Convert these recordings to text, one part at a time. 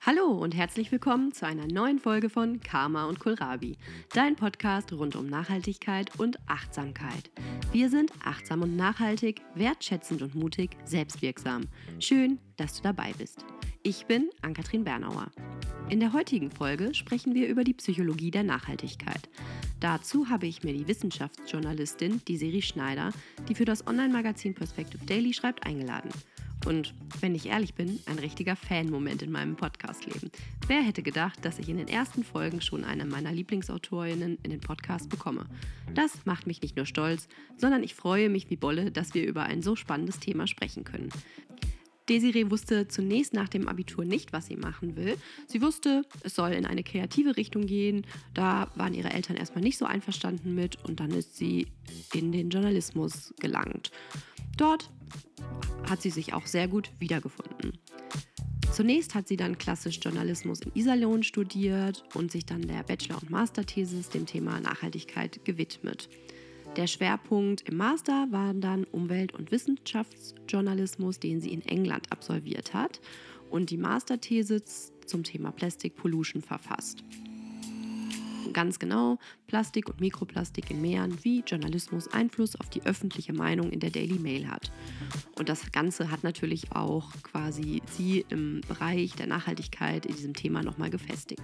Hallo und herzlich willkommen zu einer neuen Folge von Karma und Kohlrabi, dein Podcast rund um Nachhaltigkeit und Achtsamkeit. Wir sind achtsam und nachhaltig, wertschätzend und mutig, selbstwirksam. Schön, dass du dabei bist. Ich bin Ann-Kathrin Bernauer. In der heutigen Folge sprechen wir über die Psychologie der Nachhaltigkeit. Dazu habe ich mir die Wissenschaftsjournalistin Desiree Schneider, die für das Online-Magazin Perspective Daily schreibt, eingeladen. Und wenn ich ehrlich bin, ein richtiger Fan-Moment in meinem Podcast-Leben. Wer hätte gedacht, dass ich in den ersten Folgen schon eine meiner Lieblingsautorinnen in den Podcast bekomme? Das macht mich nicht nur stolz, sondern ich freue mich wie Bolle, dass wir über ein so spannendes Thema sprechen können. Desiree wusste zunächst nach dem Abitur nicht, was sie machen will. Sie wusste, es soll in eine kreative Richtung gehen. Da waren ihre Eltern erstmal nicht so einverstanden mit und dann ist sie in den Journalismus gelangt. Dort hat sie sich auch sehr gut wiedergefunden. Zunächst hat sie dann klassisch Journalismus in Iserlohn studiert und sich dann der Bachelor- und Masterthesis dem Thema Nachhaltigkeit gewidmet. Der Schwerpunkt im Master war dann Umwelt- und Wissenschaftsjournalismus, den sie in England absolviert hat und die Masterthesis zum Thema Plastic Pollution verfasst. Ganz genau, Plastik und Mikroplastik in Meeren, wie Journalismus Einfluss auf die öffentliche Meinung in der Daily Mail hat. Und das Ganze hat natürlich auch quasi sie im Bereich der Nachhaltigkeit in diesem Thema nochmal gefestigt.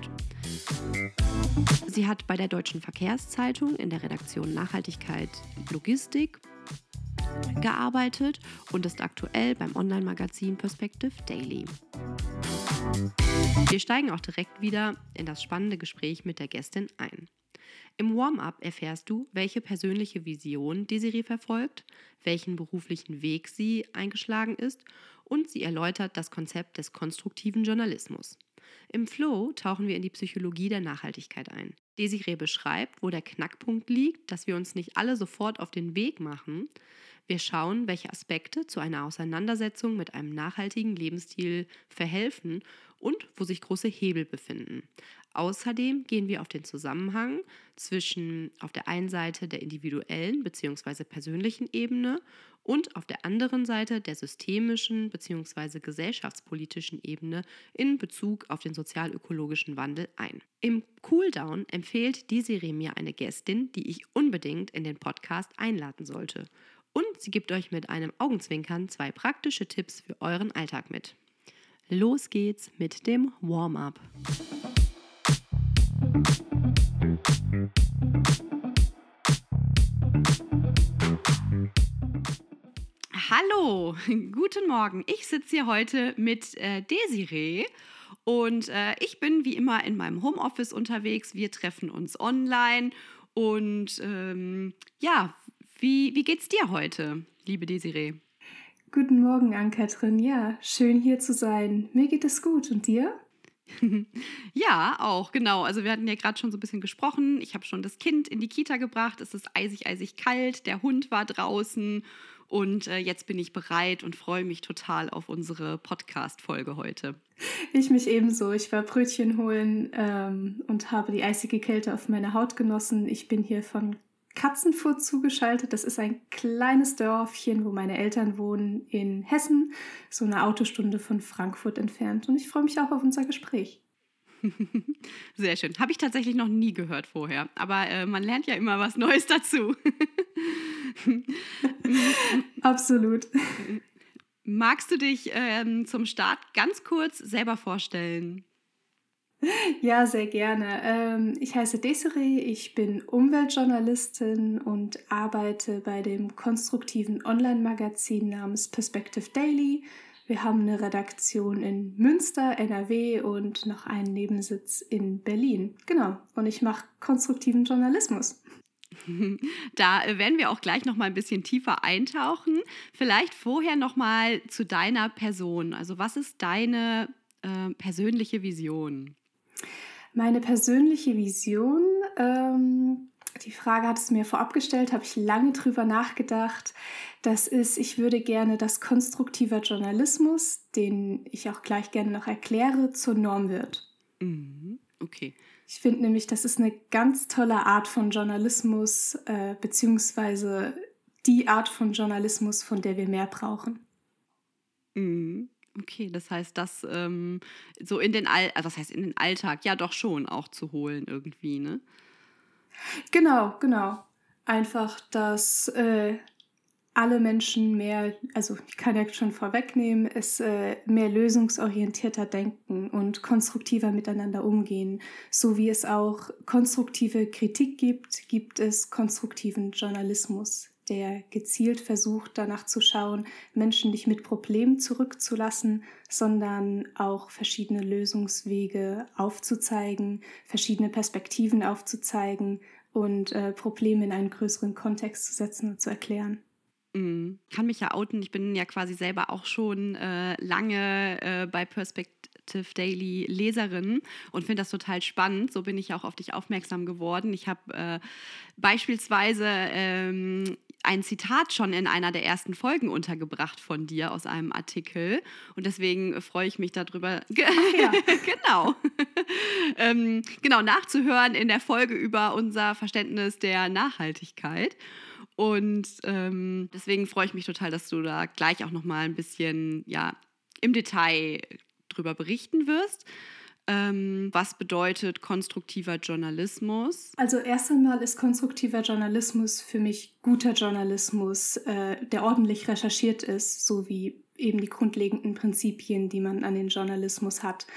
Sie hat bei der Deutschen Verkehrszeitung in der Redaktion Nachhaltigkeit Logistik gearbeitet und ist aktuell beim Online-Magazin Perspective Daily. Wir steigen auch direkt wieder in das spannende Gespräch mit der Gästin ein. Im Warm-up erfährst du, welche persönliche Vision Desiree verfolgt, welchen beruflichen Weg sie eingeschlagen ist und sie erläutert das Konzept des konstruktiven Journalismus. Im Flow tauchen wir in die Psychologie der Nachhaltigkeit ein. Desiree beschreibt, wo der Knackpunkt liegt, dass wir uns nicht alle sofort auf den Weg machen. Wir schauen, welche Aspekte zu einer Auseinandersetzung mit einem nachhaltigen Lebensstil verhelfen und wo sich große Hebel befinden. Außerdem gehen wir auf den Zusammenhang zwischen auf der einen Seite der individuellen bzw. persönlichen Ebene und auf der anderen Seite der systemischen bzw. gesellschaftspolitischen Ebene in Bezug auf den sozial-ökologischen Wandel ein. Im Cooldown empfiehlt Desiree mir eine Gästin, die ich unbedingt in den Podcast einladen sollte. Und sie gibt euch mit einem Augenzwinkern 2 praktische Tipps für euren Alltag mit. Los geht's mit dem Warm-up. Hallo, guten Morgen. Ich sitze hier heute mit Desiree und ich bin wie immer in meinem Homeoffice unterwegs. Wir treffen uns online und wie geht's dir heute, liebe Desiree? Guten Morgen, Ann-Kathrin. Ja, schön hier zu sein. Mir geht es gut. Und dir? Ja, auch, genau. Also wir hatten ja gerade schon so ein bisschen gesprochen. Ich habe schon das Kind in die Kita gebracht. Es ist eisig, eisig kalt. Der Hund war draußen. Und jetzt bin ich bereit und freue mich total auf unsere Podcast-Folge heute. Ich mich ebenso. Ich war Brötchen holen und habe die eisige Kälte auf meiner Haut genossen. Ich bin hier von Katzenfurt zugeschaltet. Das ist ein kleines Dörfchen, wo meine Eltern wohnen in Hessen, so eine Autostunde von Frankfurt entfernt. Und ich freue mich auch auf unser Gespräch. Sehr schön. Habe ich tatsächlich noch nie gehört vorher, aber man lernt ja immer was Neues dazu. Absolut. Magst du dich zum Start ganz kurz selber vorstellen? Ja, sehr gerne. Ich heiße Desiree, ich bin Umweltjournalistin und arbeite bei dem konstruktiven Online-Magazin namens Perspective Daily. Wir haben eine Redaktion in Münster, NRW und noch einen Nebensitz in Berlin. Genau, und ich mache konstruktiven Journalismus. Da werden wir auch gleich noch mal ein bisschen tiefer eintauchen. Vielleicht vorher noch mal zu deiner Person. Also was ist deine persönliche Vision? Meine persönliche Vision, die Frage hat es mir vorab gestellt, habe ich lange drüber nachgedacht. Das ist, ich würde gerne, dass konstruktiver Journalismus, den ich auch gleich gerne noch erkläre, zur Norm wird. Okay. Ich finde nämlich, das ist eine ganz tolle Art von Journalismus, beziehungsweise die Art von Journalismus, von der wir mehr brauchen. Okay, das heißt, das so in den was heißt in den Alltag? Ja, doch schon auch zu holen irgendwie, ne? Genau, genau. Einfach, dass alle Menschen mehr, also ich kann ja schon vorwegnehmen, mehr lösungsorientierter denken und konstruktiver miteinander umgehen. So wie es auch konstruktive Kritik gibt, gibt es konstruktiven Journalismus, der gezielt versucht, danach zu schauen, Menschen nicht mit Problemen zurückzulassen, sondern auch verschiedene Lösungswege aufzuzeigen, verschiedene Perspektiven aufzuzeigen und Probleme in einen größeren Kontext zu setzen und zu erklären. Kann mich ja outen. Ich bin ja quasi selber auch schon lange bei Perspective Daily Leserin und finde das total spannend. So bin ich ja auch auf dich aufmerksam geworden. Ich habe beispielsweise ein Zitat schon in einer der ersten Folgen untergebracht von dir aus einem Artikel. Und deswegen freue ich mich darüber. Ach ja. Genau. Genau, nachzuhören in der Folge über unser Verständnis der Nachhaltigkeit. Und deswegen freue ich mich total, dass du da gleich auch noch mal ein bisschen im Detail drüber berichten wirst. Was bedeutet konstruktiver Journalismus? Also erst einmal ist konstruktiver Journalismus für mich guter Journalismus, der ordentlich recherchiert ist, so wie eben die grundlegenden Prinzipien, die man an den Journalismus hat.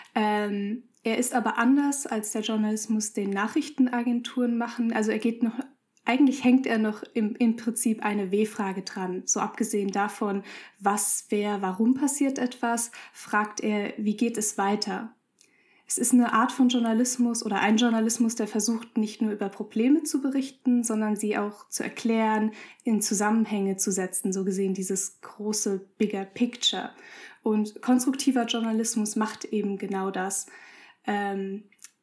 Er ist aber anders als der Journalismus, den Nachrichtenagenturen machen. Also eigentlich hängt er noch im Prinzip eine W-Frage dran. So abgesehen davon, was, wer, warum passiert etwas, fragt er, wie geht es weiter? Es ist eine Art von Journalismus oder ein Journalismus, der versucht, nicht nur über Probleme zu berichten, sondern sie auch zu erklären, in Zusammenhänge zu setzen, so gesehen dieses große Bigger Picture. Und konstruktiver Journalismus macht eben genau das. Du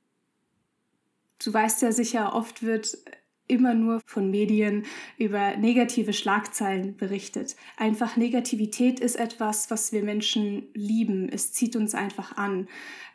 weißt ja sicher, oft wird immer nur von Medien über negative Schlagzeilen berichtet. Einfach Negativität ist etwas, was wir Menschen lieben. Es zieht uns einfach an.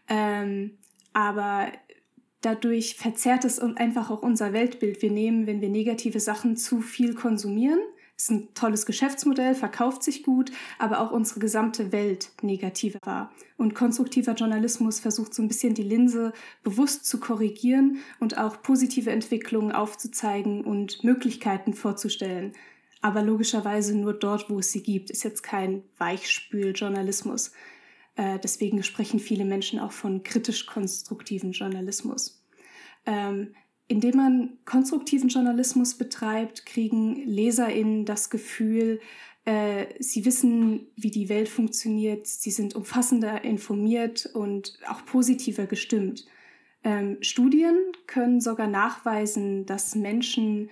Aber dadurch verzerrt es einfach auch unser Weltbild. Wir nehmen, wenn wir negative Sachen zu viel konsumieren, ist ein tolles Geschäftsmodell, verkauft sich gut, aber auch unsere gesamte Welt negativer war. Und konstruktiver Journalismus versucht so ein bisschen die Linse bewusst zu korrigieren und auch positive Entwicklungen aufzuzeigen und Möglichkeiten vorzustellen. Aber logischerweise nur dort, wo es sie gibt. Ist jetzt kein Weichspül-Journalismus. Deswegen sprechen viele Menschen auch von kritisch-konstruktiven Journalismus. Indem man konstruktiven Journalismus betreibt, kriegen LeserInnen das Gefühl, sie wissen, wie die Welt funktioniert, sie sind umfassender informiert und auch positiver gestimmt. Studien können sogar nachweisen, dass Menschen,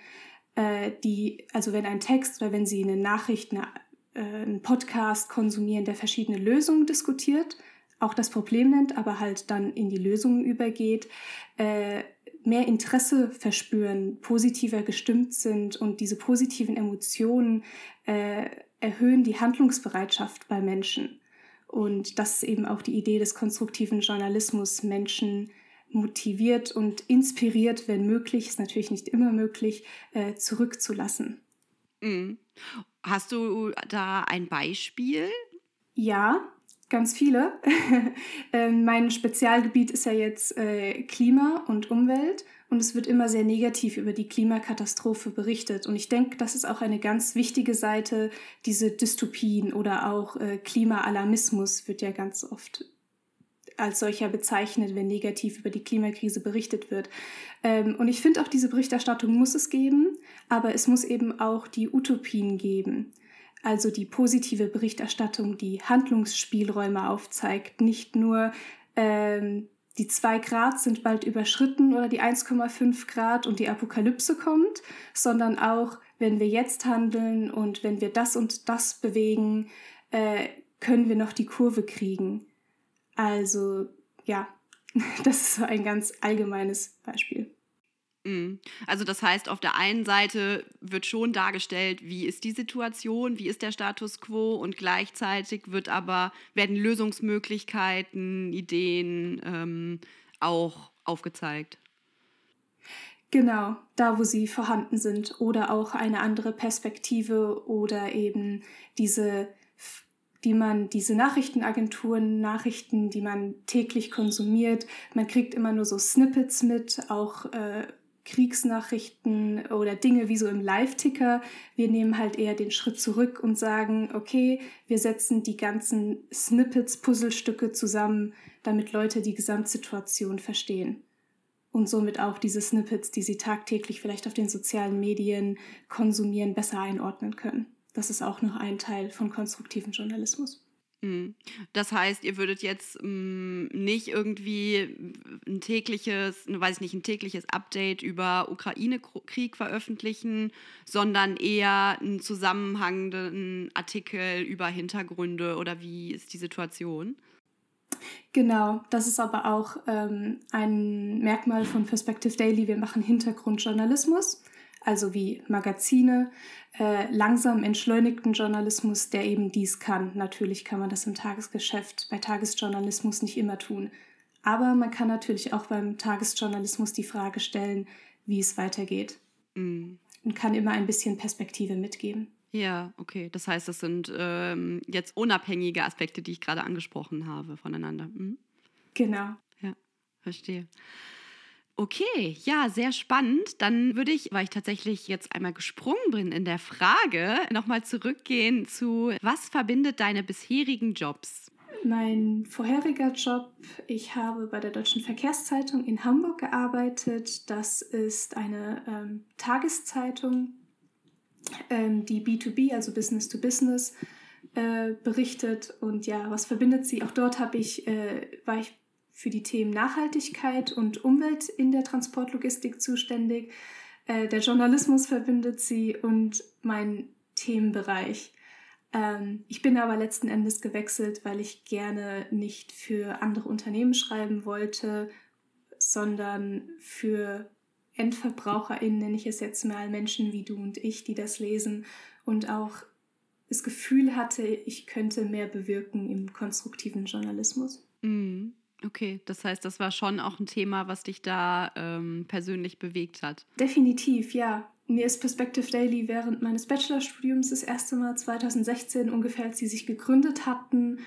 also wenn ein Text oder wenn sie eine Nachricht, einen Podcast konsumieren, der verschiedene Lösungen diskutiert, auch das Problem nennt, aber halt dann in die Lösungen übergeht, mehr Interesse verspüren, positiver gestimmt sind und diese positiven Emotionen erhöhen die Handlungsbereitschaft bei Menschen. Und das ist eben auch die Idee des konstruktiven Journalismus, Menschen motiviert und inspiriert, wenn möglich, ist natürlich nicht immer möglich, zurückzulassen. Mhm. Hast du da ein Beispiel? Ja, ganz viele. Mein Spezialgebiet ist ja jetzt Klima und Umwelt und es wird immer sehr negativ über die Klimakatastrophe berichtet. Und ich denke, das ist auch eine ganz wichtige Seite, diese Dystopien oder auch Klimaalarmismus wird ja ganz oft als solcher bezeichnet, wenn negativ über die Klimakrise berichtet wird. Und ich finde auch, diese Berichterstattung muss es geben, aber es muss eben auch die Utopien geben. Also die positive Berichterstattung, die Handlungsspielräume aufzeigt. Nicht nur die 2 Grad sind bald überschritten oder die 1,5 Grad und die Apokalypse kommt, sondern auch, wenn wir jetzt handeln und wenn wir das und das bewegen, können wir noch die Kurve kriegen. Also ja, das ist so ein ganz allgemeines Beispiel. Also das heißt, auf der einen Seite wird schon dargestellt, wie ist die Situation, wie ist der Status quo und gleichzeitig werden Lösungsmöglichkeiten, Ideen auch aufgezeigt. Genau, da wo sie vorhanden sind oder auch eine andere Perspektive oder eben diese diese Nachrichtenagenturen, Nachrichten, die man täglich konsumiert, man kriegt immer nur so Snippets mit, auch Kriegsnachrichten oder Dinge wie so im Live-Ticker. Wir nehmen halt eher den Schritt zurück und sagen, okay, wir setzen die ganzen Snippets, Puzzlestücke zusammen, damit Leute die Gesamtsituation verstehen. Und somit auch diese Snippets, die sie tagtäglich vielleicht auf den sozialen Medien konsumieren, besser einordnen können. Das ist auch noch ein Teil von konstruktivem Journalismus. Das heißt, ihr würdet jetzt nicht irgendwie ein tägliches Update über Ukraine-Krieg veröffentlichen, sondern eher einen zusammenhängenden Artikel über Hintergründe oder wie ist die Situation? Genau, das ist aber auch ein Merkmal von Perspective Daily. Wir machen Hintergrundjournalismus, also wie Magazine, langsam entschleunigten Journalismus, der eben dies kann. Natürlich kann man das im Tagesgeschäft bei Tagesjournalismus nicht immer tun. Aber man kann natürlich auch beim Tagesjournalismus die Frage stellen, wie es weitergeht. Und kann immer ein bisschen Perspektive mitgeben. Ja, okay. Das heißt, das sind jetzt unabhängige Aspekte, die ich gerade angesprochen habe, voneinander. Genau. Ja, verstehe. Okay, ja, sehr spannend. Dann würde ich, weil ich tatsächlich jetzt einmal gesprungen bin in der Frage, nochmal zurückgehen zu, was verbindet deine bisherigen Jobs? Mein vorheriger Job, ich habe bei der Deutschen Verkehrszeitung in Hamburg gearbeitet. Das ist eine Tageszeitung, die B2B, also Business to Business, berichtet. Und ja, was verbindet sie? Auch dort war ich für die Themen Nachhaltigkeit und Umwelt in der Transportlogistik zuständig. Der Journalismus verbindet sie und mein Themenbereich. Ich bin aber letzten Endes gewechselt, weil ich gerne nicht für andere Unternehmen schreiben wollte, sondern für EndverbraucherInnen, nenne ich es jetzt mal, Menschen wie du und ich, die das lesen und auch das Gefühl hatte, ich könnte mehr bewirken im konstruktiven Journalismus. Okay, das heißt, das war schon auch ein Thema, was dich da persönlich bewegt hat. Definitiv, ja. Mir ist Perspective Daily während meines Bachelorstudiums das erste Mal 2016 ungefähr, als sie sich gegründet hatten,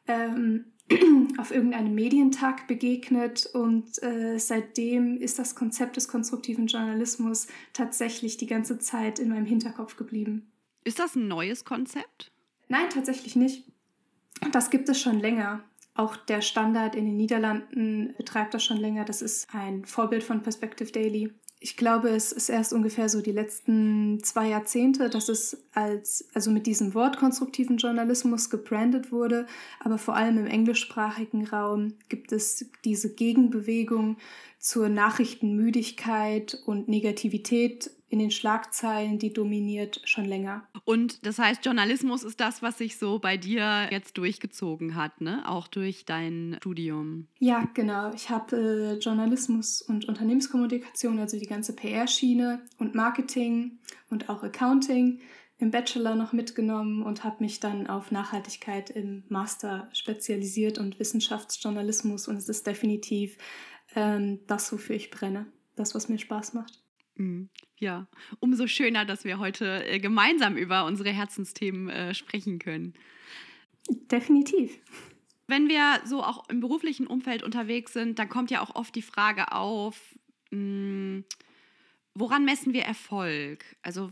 auf irgendeinem Medientag begegnet und seitdem ist das Konzept des konstruktiven Journalismus tatsächlich die ganze Zeit in meinem Hinterkopf geblieben. Ist das ein neues Konzept? Nein, tatsächlich nicht. Das gibt es schon länger. Auch der Standard in den Niederlanden betreibt das schon länger. Das ist ein Vorbild von Perspective Daily. Ich glaube, es ist erst ungefähr so die letzten 2 Jahrzehnte, dass es also mit diesem Wort konstruktiven Journalismus gebrandet wurde. Aber vor allem im englischsprachigen Raum gibt es diese Gegenbewegung zur Nachrichtenmüdigkeit und Negativität in den Schlagzeilen, die dominiert schon länger. Und das heißt, Journalismus ist das, was sich so bei dir jetzt durchgezogen hat, ne? Auch durch dein Studium. Ja, genau. Ich habe Journalismus und Unternehmenskommunikation, also die ganze PR-Schiene und Marketing und auch Accounting im Bachelor noch mitgenommen und habe mich dann auf Nachhaltigkeit im Master spezialisiert und Wissenschaftsjournalismus. Und es ist definitiv das, wofür ich brenne. Das, was mir Spaß macht. Ja, umso schöner, dass wir heute gemeinsam über unsere Herzensthemen sprechen können. Definitiv. Wenn wir so auch im beruflichen Umfeld unterwegs sind, dann kommt ja auch oft die Frage auf, woran messen wir Erfolg? Also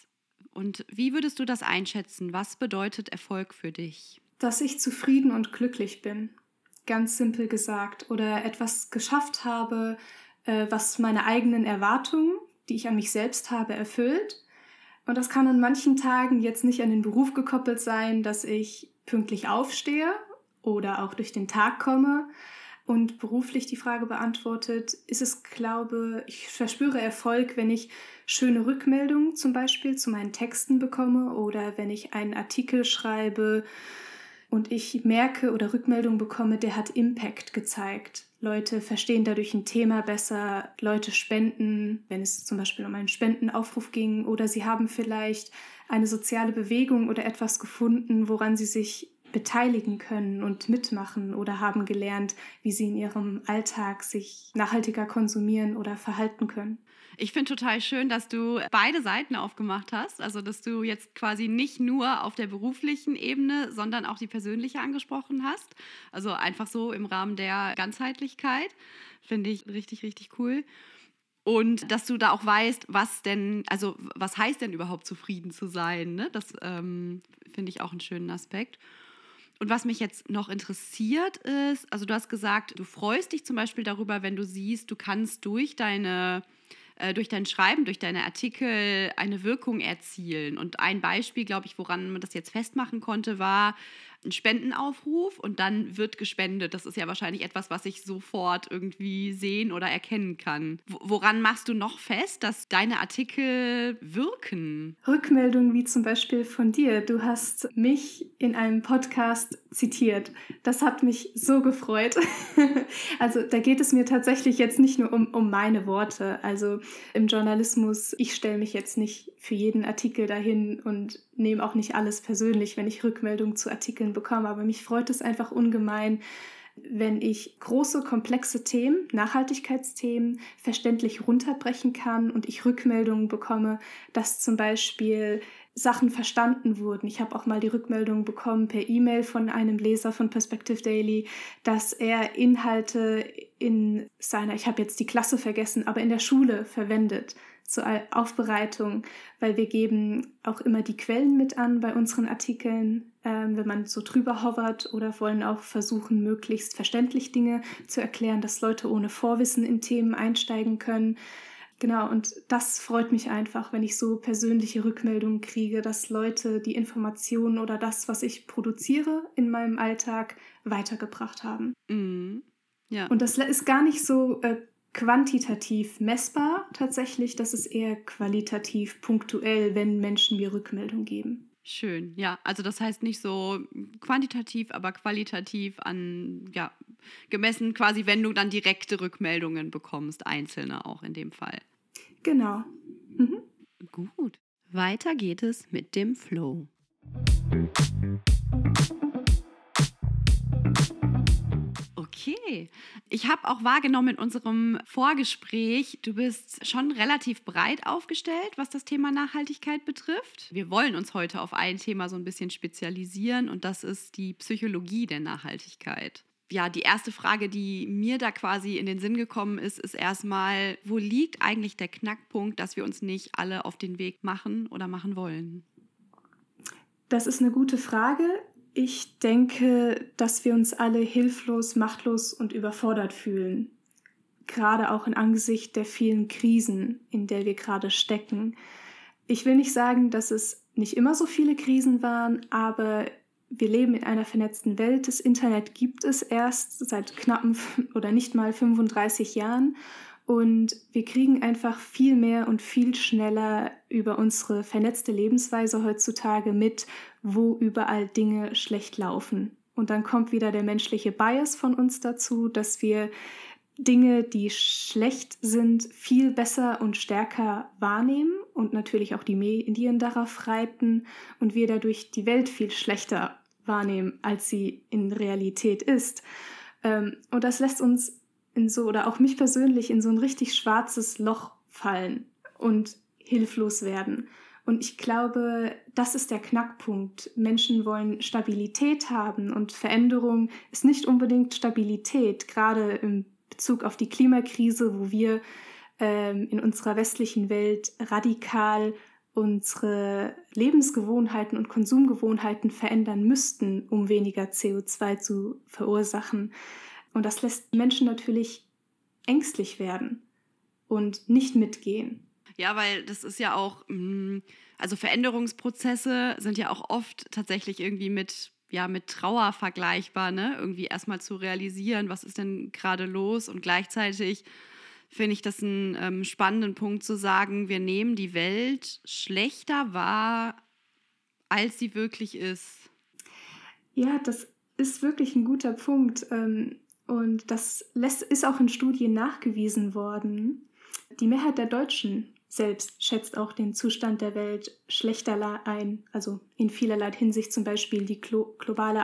und wie würdest du das einschätzen? Was bedeutet Erfolg für dich? Dass ich zufrieden und glücklich bin, ganz simpel gesagt, oder etwas geschafft habe, was meine eigenen Erwartungen, die ich an mich selbst habe, erfüllt. Und das kann an manchen Tagen jetzt nicht an den Beruf gekoppelt sein, dass ich pünktlich aufstehe oder auch durch den Tag komme und beruflich die Frage beantwortet, ist es, glaube ich, verspüre Erfolg, wenn ich schöne Rückmeldungen zum Beispiel zu meinen Texten bekomme oder wenn ich einen Artikel schreibe und ich merke oder Rückmeldungen bekomme, der hat Impact gezeigt. Leute verstehen dadurch ein Thema besser, Leute spenden, wenn es zum Beispiel um einen Spendenaufruf ging, oder sie haben vielleicht eine soziale Bewegung oder etwas gefunden, woran sie sich beteiligen können und mitmachen oder haben gelernt, wie sie in ihrem Alltag sich nachhaltiger konsumieren oder verhalten können. Ich finde total schön, dass du beide Seiten aufgemacht hast. Also, dass du jetzt quasi nicht nur auf der beruflichen Ebene, sondern auch die persönliche angesprochen hast. Also einfach so im Rahmen der Ganzheitlichkeit. Finde ich richtig, richtig cool. Und dass du da auch weißt, was heißt denn überhaupt zufrieden zu sein, ne? Das finde ich auch einen schönen Aspekt. Und was mich jetzt noch interessiert ist, also du hast gesagt, du freust dich zum Beispiel darüber, wenn du siehst, du kannst durch dein Schreiben, durch deine Artikel eine Wirkung erzielen. Und ein Beispiel, glaube ich, woran man das jetzt festmachen konnte, war ein Spendenaufruf und dann wird gespendet. Das ist ja wahrscheinlich etwas, was ich sofort irgendwie sehen oder erkennen kann. Woran machst du noch fest, dass deine Artikel wirken? Rückmeldungen wie zum Beispiel von dir. Du hast mich in einem Podcast zitiert. Das hat mich so gefreut. Also da geht es mir tatsächlich jetzt nicht nur um meine Worte. Also im Journalismus, ich stelle mich jetzt nicht für jeden Artikel dahin und nehme auch nicht alles persönlich, wenn ich Rückmeldungen zu Artikeln bekomme. Aber mich freut es einfach ungemein, wenn ich große, komplexe Themen, Nachhaltigkeitsthemen verständlich runterbrechen kann und ich Rückmeldungen bekomme, dass zum Beispiel Sachen verstanden wurden. Ich habe auch mal die Rückmeldung bekommen per E-Mail von einem Leser von Perspective Daily, dass er Inhalte in seiner, ich habe jetzt die Klasse vergessen, aber in der Schule verwendet zur Aufbereitung, weil wir geben auch immer die Quellen mit an bei unseren Artikeln, wenn man so drüber hovert, oder wollen auch versuchen, möglichst verständlich Dinge zu erklären, dass Leute ohne Vorwissen in Themen einsteigen können. Genau, und das freut mich einfach, wenn ich so persönliche Rückmeldungen kriege, dass Leute die Informationen oder das, was ich produziere in meinem Alltag, weitergebracht haben. Mhm. Ja. Und das ist gar nicht so quantitativ messbar tatsächlich, das ist eher qualitativ punktuell, wenn Menschen mir Rückmeldung geben. Schön, ja. Also das heißt nicht so quantitativ, aber qualitativ gemessen quasi, wenn du dann direkte Rückmeldungen bekommst, einzelne auch in dem Fall. Genau. Mhm. Gut. Weiter geht es mit dem Flow. Okay. Ich habe auch wahrgenommen in unserem Vorgespräch, du bist schon relativ breit aufgestellt, was das Thema Nachhaltigkeit betrifft. Wir wollen uns heute auf ein Thema so ein bisschen spezialisieren und das ist die Psychologie der Nachhaltigkeit. Ja, die erste Frage, die mir da quasi in den Sinn gekommen ist erstmal, wo liegt eigentlich der Knackpunkt, dass wir uns nicht alle auf den Weg machen oder machen wollen? Das ist eine gute Frage. Ich denke, dass wir uns alle hilflos, machtlos und überfordert fühlen. Gerade auch in Angesicht der vielen Krisen, in der wir gerade stecken. Ich will nicht sagen, dass es nicht immer so viele Krisen waren, aber wir leben in einer vernetzten Welt. Das Internet gibt es erst seit knappen oder nicht mal 35 Jahren. Und wir kriegen einfach viel mehr und viel schneller über unsere vernetzte Lebensweise heutzutage mit, wo überall Dinge schlecht laufen. Und dann kommt wieder der menschliche Bias von uns dazu, dass wir Dinge, die schlecht sind, viel besser und stärker wahrnehmen und natürlich auch die Medien darauf reiten und wir dadurch die Welt viel schlechter wahrnehmen, als sie in Realität ist. Und das lässt uns oder auch mich persönlich in so ein richtig schwarzes Loch fallen und hilflos werden. Und ich glaube, das ist der Knackpunkt. Menschen wollen Stabilität haben und Veränderung ist nicht unbedingt Stabilität, gerade im Bezug auf die Klimakrise, wo wir in unserer westlichen Welt radikal unsere Lebensgewohnheiten und Konsumgewohnheiten verändern müssten, um weniger CO2 zu verursachen. Und das lässt Menschen natürlich ängstlich werden und nicht mitgehen. Ja, weil das ist ja auch, also Veränderungsprozesse sind ja auch oft tatsächlich irgendwie mit Trauer vergleichbar, ne? Irgendwie erstmal zu realisieren, was ist denn gerade los, und gleichzeitig finde ich das einen spannenden Punkt zu sagen, wir nehmen die Welt schlechter wahr, als sie wirklich ist. Ja, das ist wirklich ein guter Punkt. Und das ist auch in Studien nachgewiesen worden. Die Mehrheit der Deutschen selbst schätzt auch den Zustand der Welt schlechter ein, also in vielerlei Hinsicht, zum Beispiel die globale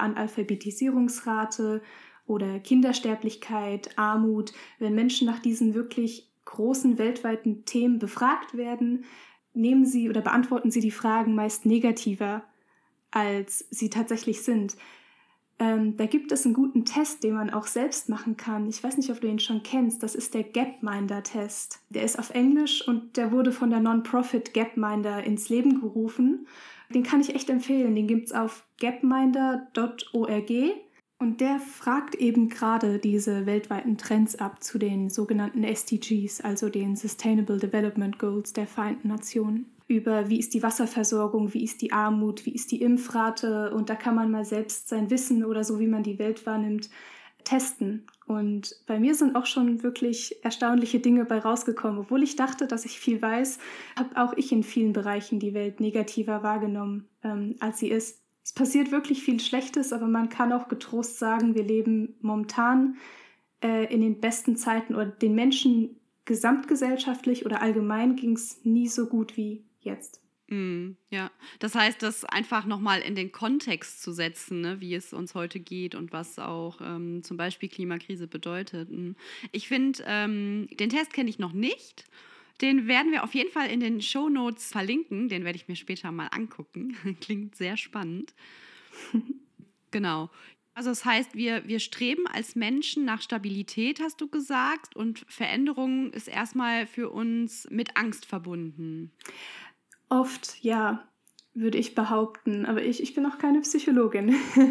Analphabetisierungsrate oder Kindersterblichkeit, Armut. Wenn Menschen nach diesen wirklich großen weltweiten Themen befragt werden, nehmen sie oder beantworten sie die Fragen meist negativer, als sie tatsächlich sind. Da gibt es einen guten Test, den man auch selbst machen kann. Ich weiß nicht, ob du ihn schon kennst. Das ist der Gapminder-Test. Der ist auf Englisch und der wurde von der Non-Profit Gapminder ins Leben gerufen. Den kann ich echt empfehlen. Den gibt es auf gapminder.org. Und der fragt eben gerade diese weltweiten Trends ab zu den sogenannten SDGs, also den Sustainable Development Goals der Vereinten Nationen. Über wie ist die Wasserversorgung, wie ist die Armut, wie ist die Impfrate. Und da kann man mal selbst sein Wissen oder so, wie man die Welt wahrnimmt, testen. Und bei mir sind auch schon wirklich erstaunliche Dinge bei rausgekommen. Obwohl ich dachte, dass ich viel weiß, habe auch ich in vielen Bereichen die Welt negativer wahrgenommen, als sie ist. Es passiert wirklich viel Schlechtes, aber man kann auch getrost sagen, wir leben momentan in den besten Zeiten oder den Menschen gesamtgesellschaftlich oder allgemein ging es nie so gut wie jetzt. Ja, das heißt, das einfach nochmal in den Kontext zu setzen, ne, wie es uns heute geht und was auch zum Beispiel Klimakrise bedeutet. Ich finde, den Test kenne ich noch nicht. Den werden wir auf jeden Fall in den Shownotes verlinken. Den werde ich mir später mal angucken. Klingt sehr spannend. Genau. Also das heißt, wir streben als Menschen nach Stabilität, hast du gesagt, und Veränderung ist erstmal für uns mit Angst verbunden. Oft, ja, würde ich behaupten, aber ich bin auch keine Psychologin.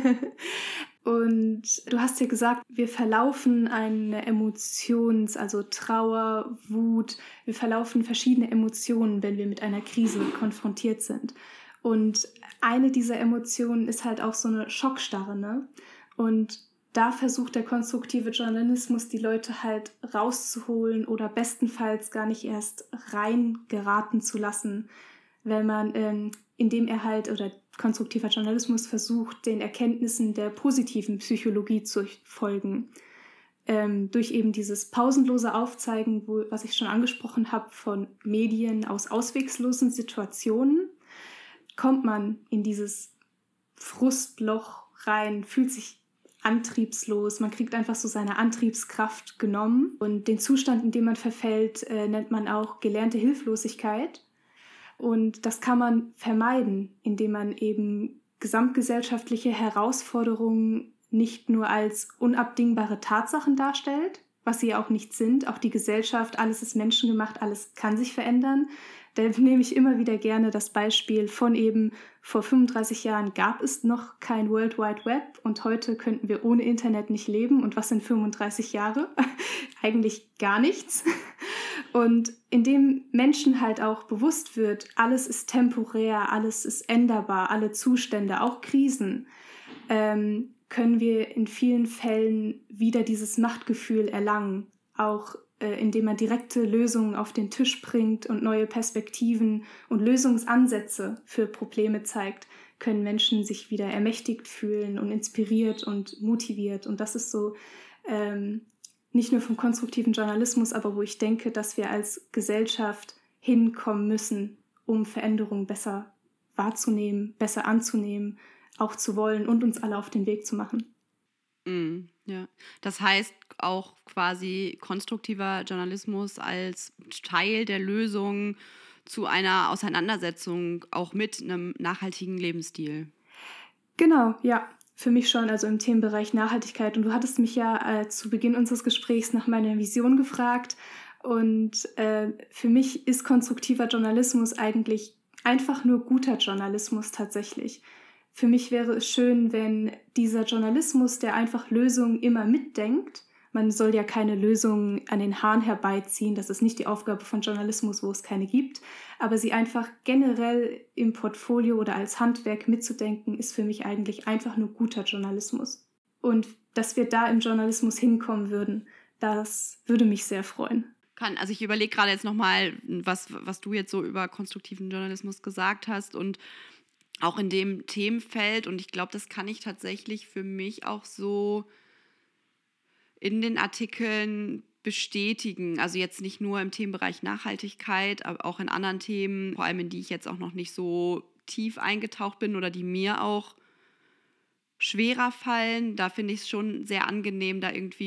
Und du hast ja gesagt, wir verlaufen eine also Trauer, Wut, wir verlaufen verschiedene Emotionen, wenn wir mit einer Krise konfrontiert sind. Und eine dieser Emotionen ist halt auch so eine Schockstarre, ne? Und da versucht der konstruktive Journalismus, die Leute halt rauszuholen oder bestenfalls gar nicht erst reingeraten zu lassen, wenn man, indem er halt, oder konstruktiver Journalismus versucht, den Erkenntnissen der positiven Psychologie zu folgen. Durch eben dieses pausenlose Aufzeigen, was ich schon angesprochen habe, von Medien aus auswegslosen Situationen, kommt man in dieses Frustloch rein, fühlt sich antriebslos, man kriegt einfach so seine Antriebskraft genommen. Und den Zustand, in dem man verfällt, nennt man auch gelernte Hilflosigkeit. Und das kann man vermeiden, indem man eben gesamtgesellschaftliche Herausforderungen nicht nur als unabdingbare Tatsachen darstellt, was sie auch nicht sind. Auch die Gesellschaft, alles ist menschengemacht, alles kann sich verändern. Da nehme ich immer wieder gerne das Beispiel von eben vor 35 Jahren gab es noch kein World Wide Web und heute könnten wir ohne Internet nicht leben. Und was sind 35 Jahre? Eigentlich gar nichts. Und indem Menschen halt auch bewusst wird, alles ist temporär, alles ist änderbar, alle Zustände, auch Krisen, können wir in vielen Fällen wieder dieses Machtgefühl erlangen, auch indem man direkte Lösungen auf den Tisch bringt und neue Perspektiven und Lösungsansätze für Probleme zeigt, können Menschen sich wieder ermächtigt fühlen und inspiriert und motiviert. Und das ist so nicht nur vom konstruktiven Journalismus, aber wo ich denke, dass wir als Gesellschaft hinkommen müssen, um Veränderungen besser wahrzunehmen, besser anzunehmen, auch zu wollen und uns alle auf den Weg zu machen. Ja, das heißt auch quasi konstruktiver Journalismus als Teil der Lösung zu einer Auseinandersetzung auch mit einem nachhaltigen Lebensstil. Genau, ja, für mich schon, also im Themenbereich Nachhaltigkeit. Und du hattest mich ja zu Beginn unseres Gesprächs nach meiner Vision gefragt. Und für mich ist konstruktiver Journalismus eigentlich einfach nur guter Journalismus tatsächlich. Für mich wäre es schön, wenn dieser Journalismus, der einfach Lösungen immer mitdenkt, man soll ja keine Lösungen an den Haaren herbeiziehen, das ist nicht die Aufgabe von Journalismus, wo es keine gibt, aber sie einfach generell im Portfolio oder als Handwerk mitzudenken, ist für mich eigentlich einfach nur guter Journalismus. Und dass wir da im Journalismus hinkommen würden, das würde mich sehr freuen. Also ich überlege gerade jetzt nochmal, was du jetzt so über konstruktiven Journalismus gesagt hast und auch in dem Themenfeld, und ich glaube, das kann ich tatsächlich für mich auch so in den Artikeln bestätigen. Also jetzt nicht nur im Themenbereich Nachhaltigkeit, aber auch in anderen Themen, vor allem in die ich jetzt auch noch nicht so tief eingetaucht bin oder die mir auch schwerer fallen. Da finde ich es schon sehr angenehm, da irgendwie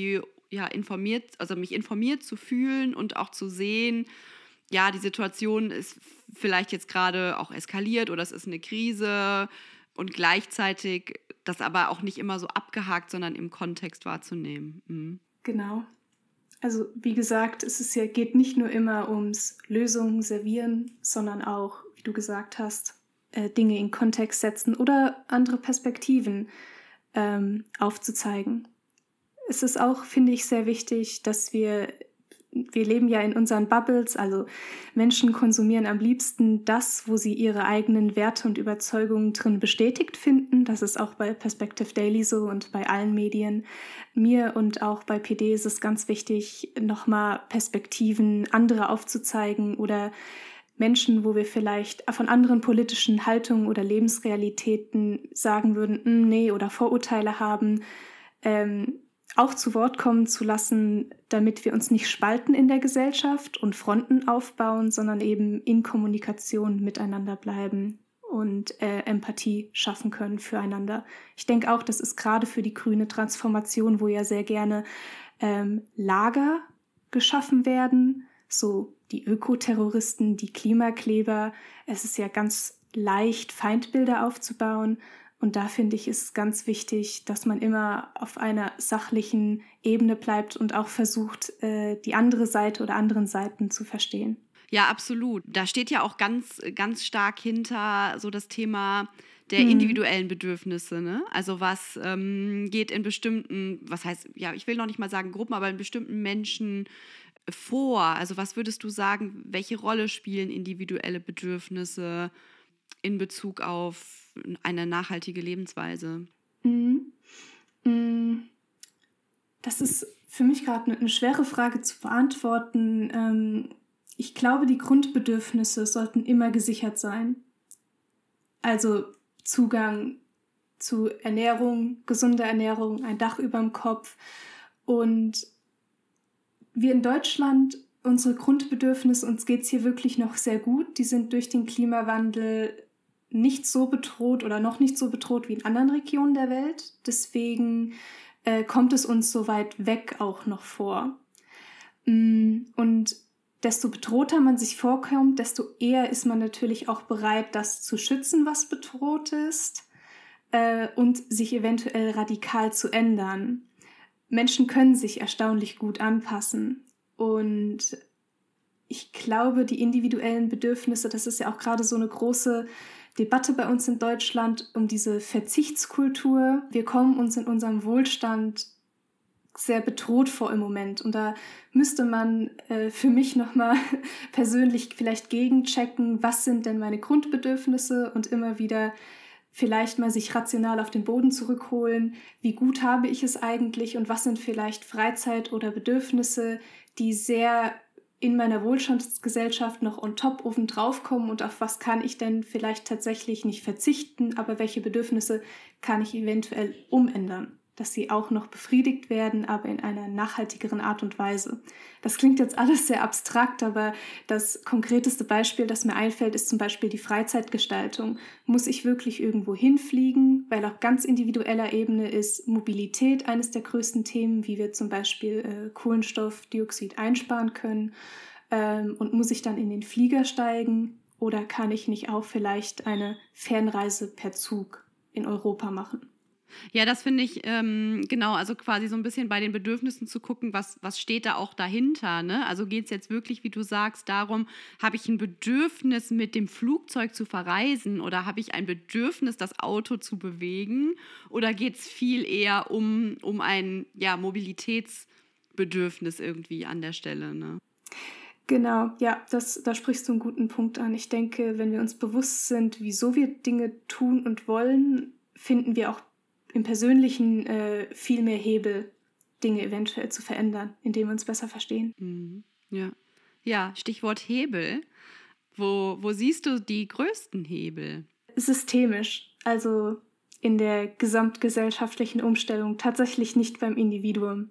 mich informiert zu fühlen und auch zu sehen, ja, die Situation ist vielleicht jetzt gerade auch eskaliert oder es ist eine Krise und gleichzeitig das aber auch nicht immer so abgehakt, sondern im Kontext wahrzunehmen. Mhm. Genau. Also wie gesagt, geht nicht nur immer ums Lösungen servieren, sondern auch, wie du gesagt hast, Dinge in Kontext setzen oder andere Perspektiven aufzuzeigen. Es ist auch, finde ich, sehr wichtig, dass wir leben ja in unseren Bubbles, also Menschen konsumieren am liebsten das, wo sie ihre eigenen Werte und Überzeugungen drin bestätigt finden. Das ist auch bei Perspective Daily so und bei allen Medien. Mir und auch bei PD ist es ganz wichtig, nochmal Perspektiven andere aufzuzeigen oder Menschen, wo wir vielleicht von anderen politischen Haltungen oder Lebensrealitäten sagen würden, nee, oder Vorurteile haben, auch zu Wort kommen zu lassen, damit wir uns nicht spalten in der Gesellschaft und Fronten aufbauen, sondern eben in Kommunikation miteinander bleiben und Empathie schaffen können füreinander. Ich denke auch, das ist gerade für die grüne Transformation, wo ja sehr gerne Lager geschaffen werden, so die Ökoterroristen, die Klimakleber. Es ist ja ganz leicht, Feindbilder aufzubauen. Und da finde ich es ganz wichtig, dass man immer auf einer sachlichen Ebene bleibt und auch versucht, die andere Seite oder anderen Seiten zu verstehen. Ja, absolut. Da steht ja auch ganz, ganz stark hinter so das Thema der individuellen Bedürfnisse, ne? Also was geht in bestimmten, was heißt, ja, ich will noch nicht mal sagen Gruppen, aber in bestimmten Menschen vor. Also was würdest du sagen, welche Rolle spielen individuelle Bedürfnisse in Bezug auf eine nachhaltige Lebensweise? Das ist für mich gerade eine schwere Frage zu beantworten. Ich glaube, die Grundbedürfnisse sollten immer gesichert sein. Also Zugang zu Ernährung, gesunde Ernährung, ein Dach über dem Kopf. Und wir in Deutschland, unsere Grundbedürfnisse, uns geht es hier wirklich noch sehr gut. Die sind durch den Klimawandel nicht so bedroht oder noch nicht so bedroht wie in anderen Regionen der Welt. Deswegen kommt es uns so weit weg auch noch vor. Und desto bedrohter man sich vorkommt, desto eher ist man natürlich auch bereit, das zu schützen, was bedroht ist, und sich eventuell radikal zu ändern. Menschen können sich erstaunlich gut anpassen. Und ich glaube, die individuellen Bedürfnisse, das ist ja auch gerade so eine große Debatte bei uns in Deutschland um diese Verzichtskultur. Wir kommen uns in unserem Wohlstand sehr bedroht vor im Moment. Und da müsste man für mich nochmal persönlich vielleicht gegenchecken, was sind denn meine Grundbedürfnisse und immer wieder vielleicht mal sich rational auf den Boden zurückholen. Wie gut habe ich es eigentlich und was sind vielleicht Freizeit- oder Bedürfnisse, die sehr in meiner Wohlstandsgesellschaft noch on top oben drauf kommen und auf was kann ich denn vielleicht tatsächlich nicht verzichten, aber welche Bedürfnisse kann ich eventuell umändern, dass sie auch noch befriedigt werden, aber in einer nachhaltigeren Art und Weise. Das klingt jetzt alles sehr abstrakt, aber das konkreteste Beispiel, das mir einfällt, ist zum Beispiel die Freizeitgestaltung. Muss ich wirklich irgendwo hinfliegen? Weil auf ganz individueller Ebene ist Mobilität eines der größten Themen, wie wir zum Beispiel Kohlenstoffdioxid einsparen können. Und muss ich dann in den Flieger steigen? Oder kann ich nicht auch vielleicht eine Fernreise per Zug in Europa machen? Ja, das finde ich, genau, also quasi so ein bisschen bei den Bedürfnissen zu gucken, was steht da auch dahinter, ne? Also geht es jetzt wirklich, wie du sagst, darum, habe ich ein Bedürfnis, mit dem Flugzeug zu verreisen oder habe ich ein Bedürfnis, das Auto zu bewegen oder geht es viel eher um ein Mobilitätsbedürfnis irgendwie an der Stelle, ne? Genau, ja, da sprichst du einen guten Punkt an. Ich denke, wenn wir uns bewusst sind, wieso wir Dinge tun und wollen, finden wir auch im Persönlichen viel mehr Hebel, Dinge eventuell zu verändern, indem wir uns besser verstehen. Mhm. Ja, Stichwort Hebel. Wo siehst du die größten Hebel? Systemisch, also in der gesamtgesellschaftlichen Umstellung, tatsächlich nicht beim Individuum.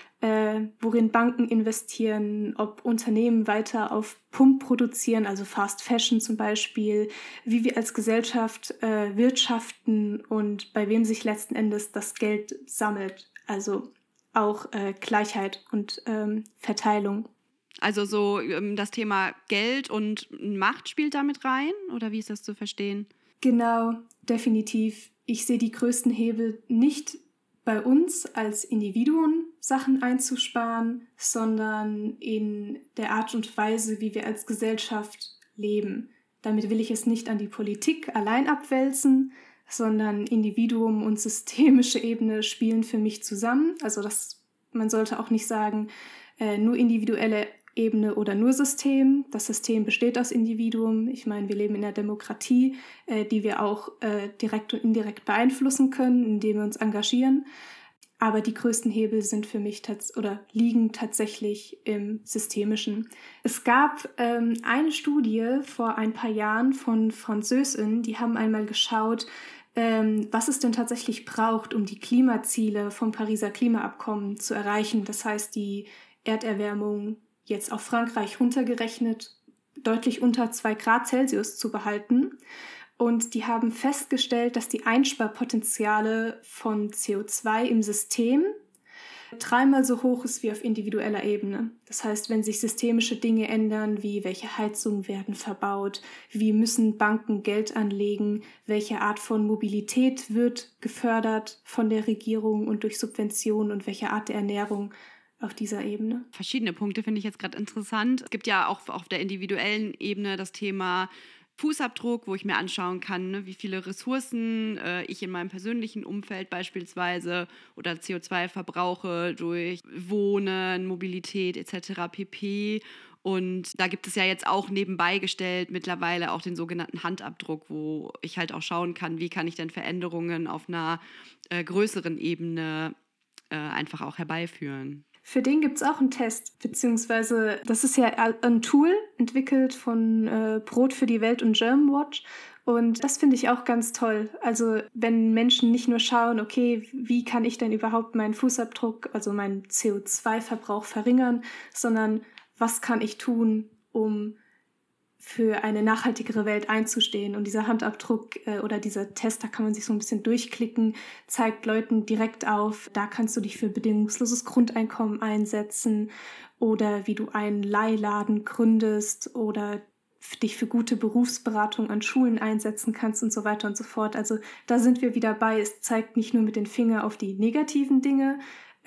Worin Banken investieren, ob Unternehmen weiter auf Pump produzieren, also Fast Fashion zum Beispiel, wie wir als Gesellschaft wirtschaften und bei wem sich letzten Endes das Geld sammelt. Also auch Gleichheit und Verteilung. Also so das Thema Geld und Macht spielt damit rein? Oder wie ist das zu verstehen? Genau, definitiv. Ich sehe die größten Hebel nicht bei uns als Individuen, Sachen einzusparen, sondern in der Art und Weise, wie wir als Gesellschaft leben. Damit will ich es nicht an die Politik allein abwälzen, sondern Individuum und systemische Ebene spielen für mich zusammen. Also man sollte auch nicht sagen, nur individuelle Ebene oder nur System. Das System besteht aus Individuum. Ich meine, wir leben in einer Demokratie, die wir auch direkt und indirekt beeinflussen können, indem wir uns engagieren. Aber die größten Hebel sind für mich liegen tatsächlich im Systemischen. Es gab eine Studie vor ein paar Jahren von Französinnen, die haben einmal geschaut, was es denn tatsächlich braucht, um die Klimaziele vom Pariser Klimaabkommen zu erreichen. Das heißt, die Erderwärmung jetzt auf Frankreich runtergerechnet, deutlich unter 2 Grad Celsius zu behalten. Und die haben festgestellt, dass die Einsparpotenziale von CO2 im System 3-mal so hoch ist wie auf individueller Ebene. Das heißt, wenn sich systemische Dinge ändern, wie welche Heizungen werden verbaut, wie müssen Banken Geld anlegen, welche Art von Mobilität wird gefördert von der Regierung und durch Subventionen und welche Art der Ernährung auf dieser Ebene. Verschiedene Punkte finde ich jetzt gerade interessant. Es gibt ja auch auf der individuellen Ebene das Thema Fußabdruck, wo ich mir anschauen kann, ne, wie viele Ressourcen ich in meinem persönlichen Umfeld beispielsweise oder CO2 verbrauche durch Wohnen, Mobilität etc. pp. Und da gibt es ja jetzt auch nebenbei gestellt mittlerweile auch den sogenannten Handabdruck, wo ich halt auch schauen kann, wie kann ich denn Veränderungen auf einer größeren Ebene einfach auch herbeiführen. Für den gibt es auch einen Test, beziehungsweise das ist ja ein Tool, entwickelt von Brot für die Welt und Germanwatch. Und das finde ich auch ganz toll. Also wenn Menschen nicht nur schauen, okay, wie kann ich denn überhaupt meinen Fußabdruck, also meinen CO2-Verbrauch verringern, sondern was kann ich tun, um für eine nachhaltigere Welt einzustehen. Und dieser Handabdruck oder dieser Test, da kann man sich so ein bisschen durchklicken, zeigt Leuten direkt auf, da kannst du dich für bedingungsloses Grundeinkommen einsetzen oder wie du einen Leihladen gründest oder dich für gute Berufsberatung an Schulen einsetzen kannst und so weiter und so fort. Also da sind wir wieder bei, es zeigt nicht nur mit den Fingern auf die negativen Dinge,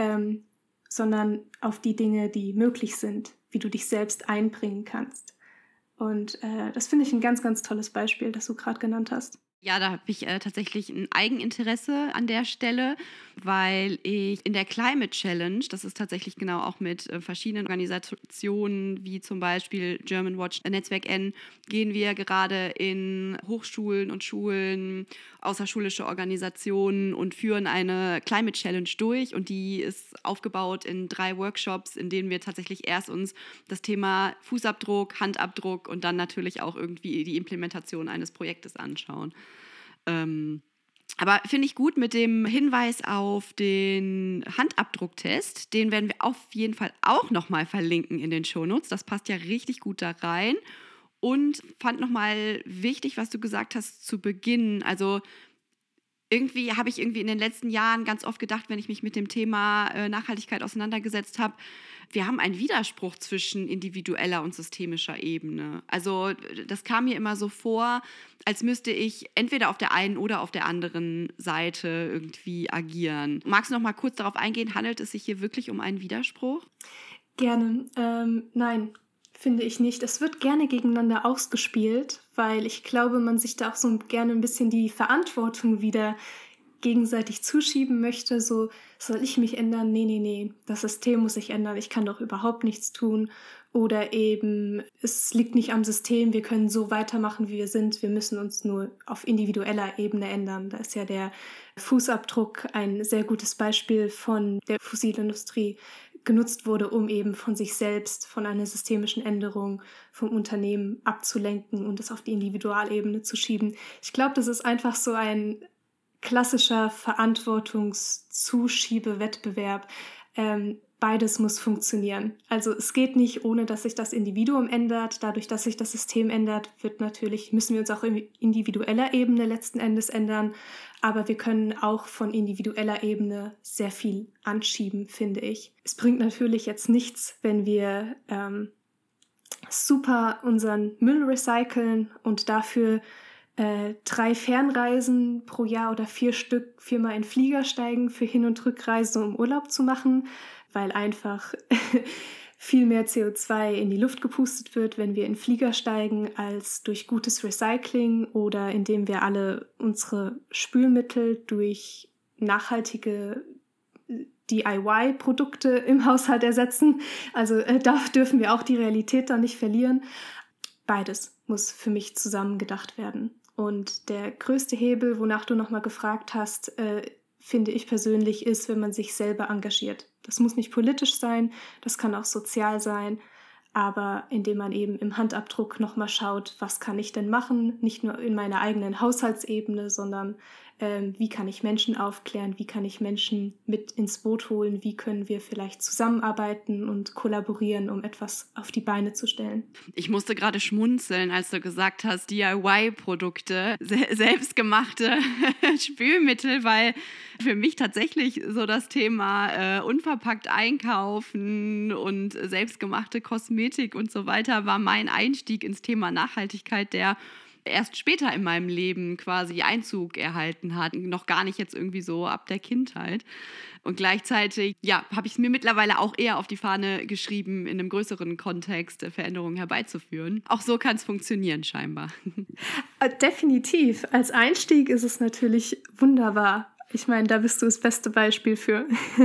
sondern auf die Dinge, die möglich sind, wie du dich selbst einbringen kannst. Und das finde ich ein ganz, ganz tolles Beispiel, das du gerade genannt hast. Ja, da habe ich tatsächlich ein Eigeninteresse an der Stelle, weil ich in der Climate Challenge, das ist tatsächlich genau auch mit verschiedenen Organisationen, wie zum Beispiel Germanwatch, Netzwerk N, gehen wir gerade in Hochschulen und Schulen, außerschulische Organisationen und führen eine Climate Challenge durch. Und die ist aufgebaut in 3 Workshops, in denen wir tatsächlich erst uns das Thema Fußabdruck, Handabdruck und dann natürlich auch irgendwie die Implementation eines Projektes anschauen. Aber finde ich gut mit dem Hinweis auf den Handabdrucktest. Den werden wir auf jeden Fall auch nochmal verlinken in den Shownotes. Das passt ja richtig gut da rein. Und fand nochmal wichtig, was du gesagt hast zu Beginn. Also irgendwie habe ich in den letzten Jahren ganz oft gedacht, wenn ich mich mit dem Thema Nachhaltigkeit auseinandergesetzt habe, wir haben einen Widerspruch zwischen individueller und systemischer Ebene. Also das kam mir immer so vor, als müsste ich entweder auf der einen oder auf der anderen Seite irgendwie agieren. Magst du noch mal kurz darauf eingehen, handelt es sich hier wirklich um einen Widerspruch? Gerne. Nein, finde ich nicht. Es wird gerne gegeneinander ausgespielt, weil ich glaube, man sich da auch so gerne ein bisschen die Verantwortung wieder gegenseitig zuschieben möchte, so soll ich mich ändern? Nee, das System muss sich ändern, ich kann doch überhaupt nichts tun. Oder eben, es liegt nicht am System, wir können so weitermachen, wie wir sind, wir müssen uns nur auf individueller Ebene ändern. Da ist ja der Fußabdruck ein sehr gutes Beispiel von der Fossilindustrie genutzt wurde, um eben von sich selbst, von einer systemischen Änderung vom Unternehmen abzulenken und das auf die Individualebene zu schieben. Ich glaube, das ist einfach so ein klassischer Verantwortungszuschiebewettbewerb. beides muss funktionieren. Also es geht nicht, ohne dass sich das Individuum ändert. Dadurch, dass sich das System ändert, müssen wir uns auch auf individueller Ebene letzten Endes ändern. Aber wir können auch von individueller Ebene sehr viel anschieben, finde ich. Es bringt natürlich jetzt nichts, wenn wir super unseren Müll recyceln und dafür 3 Fernreisen pro Jahr oder 4 Stück 4-mal in Flieger steigen für Hin- und Rückreise, um Urlaub zu machen, weil einfach viel mehr CO2 in die Luft gepustet wird, wenn wir in Flieger steigen, als durch gutes Recycling oder indem wir alle unsere Spülmittel durch nachhaltige DIY-Produkte im Haushalt ersetzen. Also da dürfen wir auch die Realität dann nicht verlieren. Beides muss für mich zusammen gedacht werden. Und der größte Hebel, wonach du nochmal gefragt hast, finde ich persönlich, ist, wenn man sich selber engagiert. Das muss nicht politisch sein, das kann auch sozial sein, aber indem man eben im Handabdruck nochmal schaut, was kann ich denn machen, nicht nur in meiner eigenen Haushaltsebene, sondern wie kann ich Menschen aufklären, wie kann ich Menschen mit ins Boot holen, wie können wir vielleicht zusammenarbeiten und kollaborieren, um etwas auf die Beine zu stellen. Ich musste gerade schmunzeln, als du gesagt hast, DIY-Produkte, selbstgemachte Spülmittel, weil für mich tatsächlich so das Thema unverpackt einkaufen und selbstgemachte Kosmetik und so weiter war mein Einstieg ins Thema Nachhaltigkeit, der erst später in meinem Leben quasi Einzug erhalten hat, noch gar nicht jetzt irgendwie so ab der Kindheit. Und gleichzeitig, habe ich es mir mittlerweile auch eher auf die Fahne geschrieben, in einem größeren Kontext Veränderungen herbeizuführen. Auch so kann es funktionieren scheinbar. Definitiv. Als Einstieg ist es natürlich wunderbar. Ich meine, da bist du das beste Beispiel für.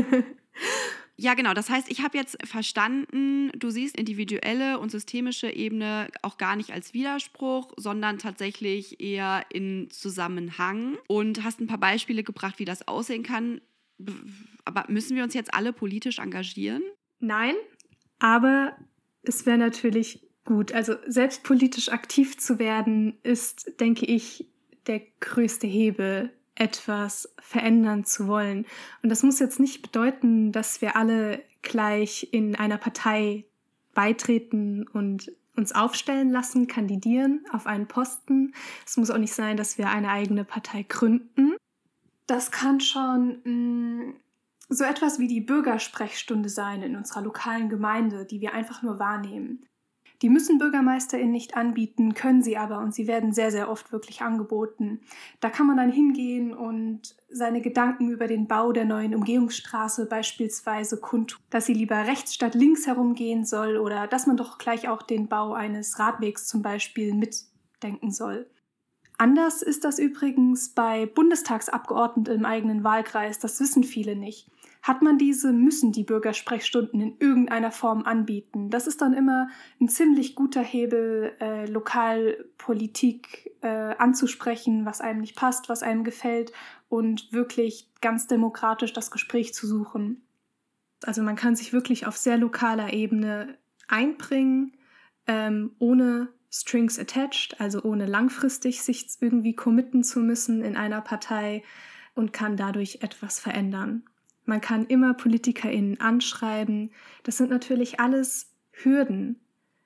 Ja, genau. Das heißt, ich habe jetzt verstanden, du siehst individuelle und systemische Ebene auch gar nicht als Widerspruch, sondern tatsächlich eher in Zusammenhang und hast ein paar Beispiele gebracht, wie das aussehen kann. Aber müssen wir uns jetzt alle politisch engagieren? Nein, aber es wäre natürlich gut. Also selbst politisch aktiv zu werden, ist, denke ich, der größte Hebel, etwas verändern zu wollen. Und das muss jetzt nicht bedeuten, dass wir alle gleich in einer Partei beitreten und uns aufstellen lassen, kandidieren auf einen Posten. Es muss auch nicht sein, dass wir eine eigene Partei gründen. Das kann schon so etwas wie die Bürgersprechstunde sein in unserer lokalen Gemeinde, die wir einfach nur wahrnehmen. Die müssen BürgermeisterInnen nicht anbieten, können sie aber und sie werden sehr, sehr oft wirklich angeboten. Da kann man dann hingehen und seine Gedanken über den Bau der neuen Umgehungsstraße beispielsweise kundtun, dass sie lieber rechts statt links herumgehen soll oder dass man doch gleich auch den Bau eines Radwegs zum Beispiel mitdenken soll. Anders ist das übrigens bei Bundestagsabgeordneten im eigenen Wahlkreis, das wissen viele nicht. Hat man diese, müssen die Bürgersprechstunden in irgendeiner Form anbieten. Das ist dann immer ein ziemlich guter Hebel, Lokalpolitik anzusprechen, was einem nicht passt, was einem gefällt und wirklich ganz demokratisch das Gespräch zu suchen. Also man kann sich wirklich auf sehr lokaler Ebene einbringen, ohne Strings attached, also ohne langfristig sich irgendwie committen zu müssen in einer Partei und kann dadurch etwas verändern. Man kann immer PolitikerInnen anschreiben. Das sind natürlich alles Hürden.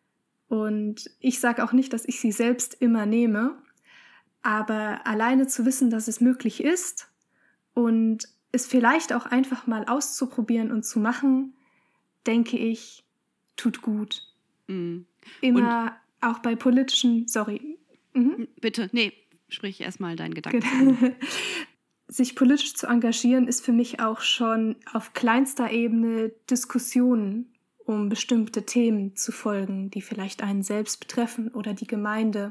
Und ich sage auch nicht, dass ich sie selbst immer nehme, aber alleine zu wissen, dass es möglich ist und es vielleicht auch einfach mal auszuprobieren und zu machen, denke ich, tut gut. Mhm. Immer und auch bei politischen, sorry. Mhm. Bitte, nee, sprich erstmal deinen Gedanken. Sich politisch zu engagieren, ist für mich auch schon auf kleinster Ebene Diskussionen um bestimmte Themen zu folgen, die vielleicht einen selbst betreffen oder die Gemeinde.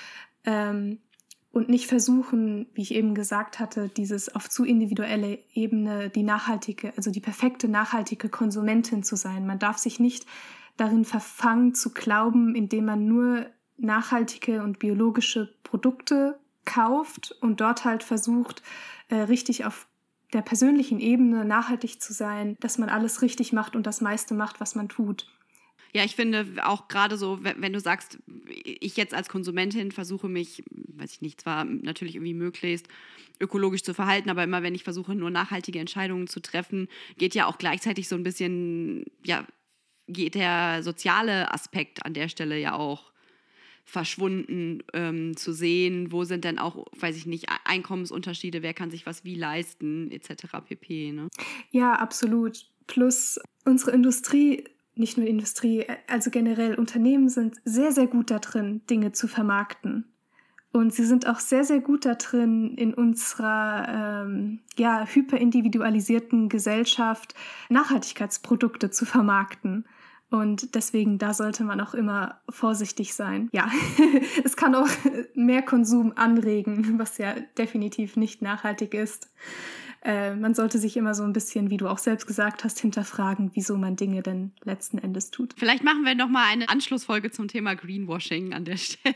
Und nicht versuchen, wie ich eben gesagt hatte, dieses auf zu individuelle Ebene die perfekte nachhaltige Konsumentin zu sein. Man darf sich nicht darin verfangen zu glauben, indem man nur nachhaltige und biologische Produkte kauft und dort halt versucht, richtig auf der persönlichen Ebene nachhaltig zu sein, dass man alles richtig macht und das meiste macht, was man tut. Ja, ich finde auch gerade so, wenn du sagst, ich jetzt als Konsumentin versuche mich, weiß ich nicht, zwar natürlich irgendwie möglichst ökologisch zu verhalten, aber immer wenn ich versuche, nur nachhaltige Entscheidungen zu treffen, geht ja auch gleichzeitig so ein bisschen, ja, geht der soziale Aspekt an der Stelle ja auch verschwunden, zu sehen, wo sind denn auch, weiß ich nicht, Einkommensunterschiede, wer kann sich was wie leisten, etc. pp. Ne? Ja, absolut. Plus unsere Industrie, nicht nur Industrie, also generell Unternehmen sind sehr, sehr gut da drin, Dinge zu vermarkten. Und sie sind auch sehr, sehr gut da drin, in unserer hyperindividualisierten Gesellschaft Nachhaltigkeitsprodukte zu vermarkten. Und deswegen, da sollte man auch immer vorsichtig sein. Ja, es kann auch mehr Konsum anregen, was ja definitiv nicht nachhaltig ist. Man sollte sich immer so ein bisschen, wie du auch selbst gesagt hast, hinterfragen, wieso man Dinge denn letzten Endes tut. Vielleicht machen wir noch mal eine Anschlussfolge zum Thema Greenwashing an der Stelle.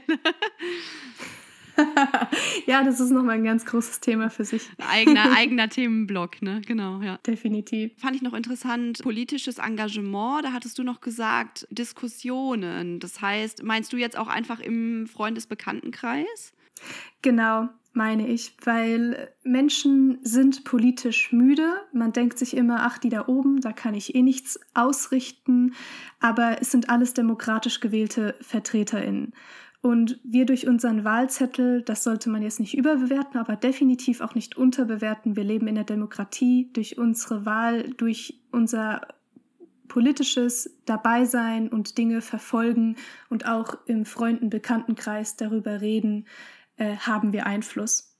Ja, das ist nochmal ein ganz großes Thema für sich. Eigener Themenblock, ne? Genau, ja. Definitiv. Fand ich noch interessant, politisches Engagement, da hattest du noch gesagt, Diskussionen. Das heißt, meinst du jetzt auch einfach im Freundesbekanntenkreis? Genau, meine ich, weil Menschen sind politisch müde. Man denkt sich immer, ach, die da oben, da kann ich eh nichts ausrichten. Aber es sind alles demokratisch gewählte VertreterInnen. Und wir durch unseren Wahlzettel, das sollte man jetzt nicht überbewerten, aber definitiv auch nicht unterbewerten. Wir leben in der Demokratie, durch unsere Wahl, durch unser politisches Dabeisein und Dinge verfolgen und auch im Freunde-Bekanntenkreis darüber reden, haben wir Einfluss.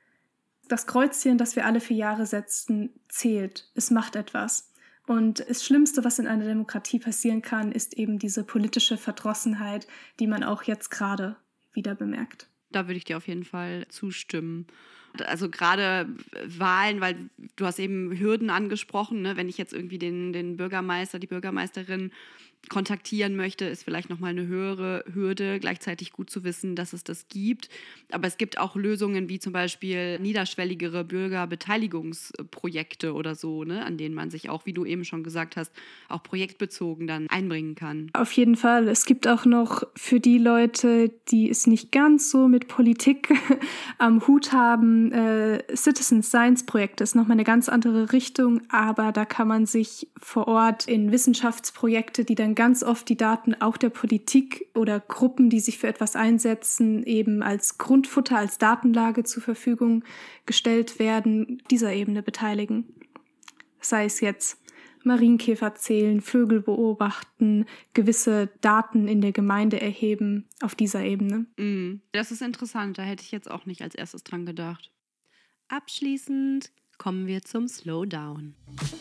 Das Kreuzchen, das wir alle 4 Jahre setzen, zählt. Es macht etwas. Und das Schlimmste, was in einer Demokratie passieren kann, ist eben diese politische Verdrossenheit, die man auch jetzt gerade wieder bemerkt. Da würde ich dir auf jeden Fall zustimmen. Also gerade Wahlen, weil du hast eben Hürden angesprochen, ne? Wenn ich jetzt irgendwie den Bürgermeister, die Bürgermeisterin kontaktieren möchte, ist vielleicht nochmal eine höhere Hürde. Gleichzeitig gut zu wissen, dass es das gibt. Aber es gibt auch Lösungen wie zum Beispiel niederschwelligere Bürgerbeteiligungsprojekte oder so, ne, an denen man sich auch, wie du eben schon gesagt hast, auch projektbezogen dann einbringen kann. Auf jeden Fall. Es gibt auch noch für die Leute, die es nicht ganz so mit Politik am Hut haben, Citizen Science Projekte. Ist nochmal eine ganz andere Richtung, aber da kann man sich vor Ort in Wissenschaftsprojekte, die dann ganz oft die Daten auch der Politik oder Gruppen, die sich für etwas einsetzen, eben als Grundfutter, als Datenlage zur Verfügung gestellt werden, dieser Ebene beteiligen. Sei es jetzt Marienkäfer zählen, Vögel beobachten, gewisse Daten in der Gemeinde erheben, auf dieser Ebene. Das ist interessant, da hätte ich jetzt auch nicht als erstes dran gedacht. Abschließend kommen wir zum Slowdown.